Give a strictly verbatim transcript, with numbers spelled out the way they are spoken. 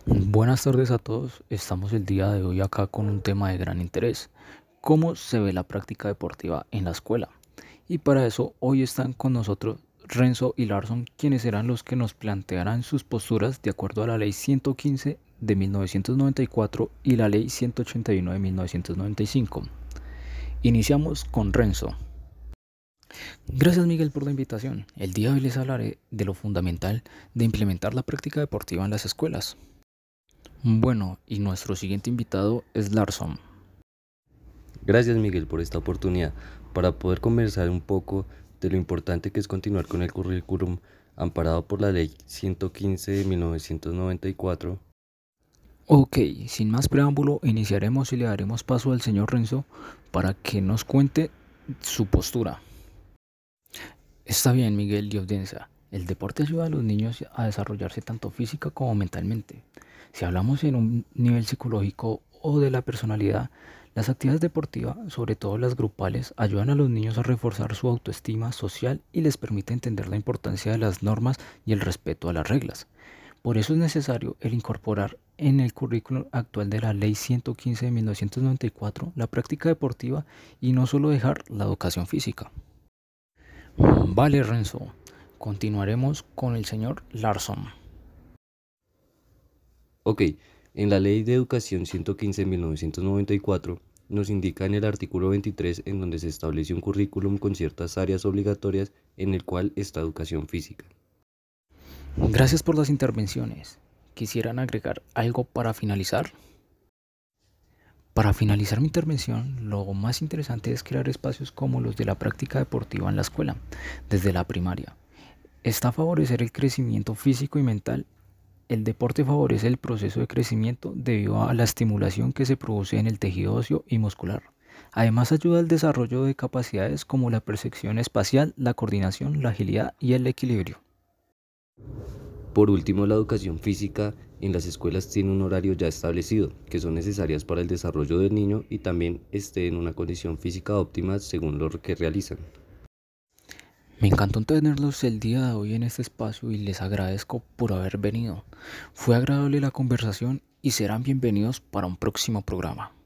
Buenas tardes a todos. Estamos el día de hoy acá con un tema de gran interés. ¿Cómo se ve la práctica deportiva en la escuela? Y para eso hoy están con nosotros Renzo y Larson, quienes serán los que nos plantearán sus posturas de acuerdo a la Ley ciento quince de mil novecientos noventa y cuatro y la Ley ciento ochenta y uno de mil novecientos noventa y cinco. Iniciamos con Renzo. Gracias Miguel por la invitación. El día de hoy les hablaré de lo fundamental de implementar la práctica deportiva en las escuelas. Bueno, y nuestro siguiente invitado es Larson. Gracias Miguel por esta oportunidad para poder conversar un poco de lo importante que es continuar con el currículum amparado por la Ley ciento quince de mil novecientos noventa y cuatro. Ok, sin más preámbulo, iniciaremos y le daremos paso al señor Renzo para que nos cuente su postura. Está bien, Miguel y audiencia. El deporte ayuda a los niños a desarrollarse tanto física como mentalmente. Si hablamos en un nivel psicológico o de la personalidad, las actividades deportivas, sobre todo las grupales, ayudan a los niños a reforzar su autoestima social y les permite entender la importancia de las normas y el respeto a las reglas. Por eso es necesario el incorporar en el currículum actual de la Ley ciento quince de mil novecientos noventa y cuatro la práctica deportiva y no solo dejar la educación física. Vale, Renzo. Continuaremos con el señor Larson. Ok, en la Ley de Educación ciento quince de mil novecientos noventa y cuatro nos indica en el artículo veintitrés en donde se establece un currículum con ciertas áreas obligatorias en el cual está educación física. Gracias por las intervenciones. ¿Quisieran agregar algo para finalizar? Para finalizar mi intervención, lo más interesante es crear espacios como los de la práctica deportiva en la escuela, desde la primaria. Está a favorecer el crecimiento físico y mental. El deporte favorece el proceso de crecimiento debido a la estimulación que se produce en el tejido óseo y muscular. Además ayuda al desarrollo de capacidades como la percepción espacial, la coordinación, la agilidad y el equilibrio. Por último, la educación física en las escuelas tiene un horario ya establecido, que son necesarias para el desarrollo del niño y también esté en una condición física óptima según lo que realizan. Me encantó tenerlos el día de hoy en este espacio y les agradezco por haber venido. Fue agradable la conversación y serán bienvenidos para un próximo programa.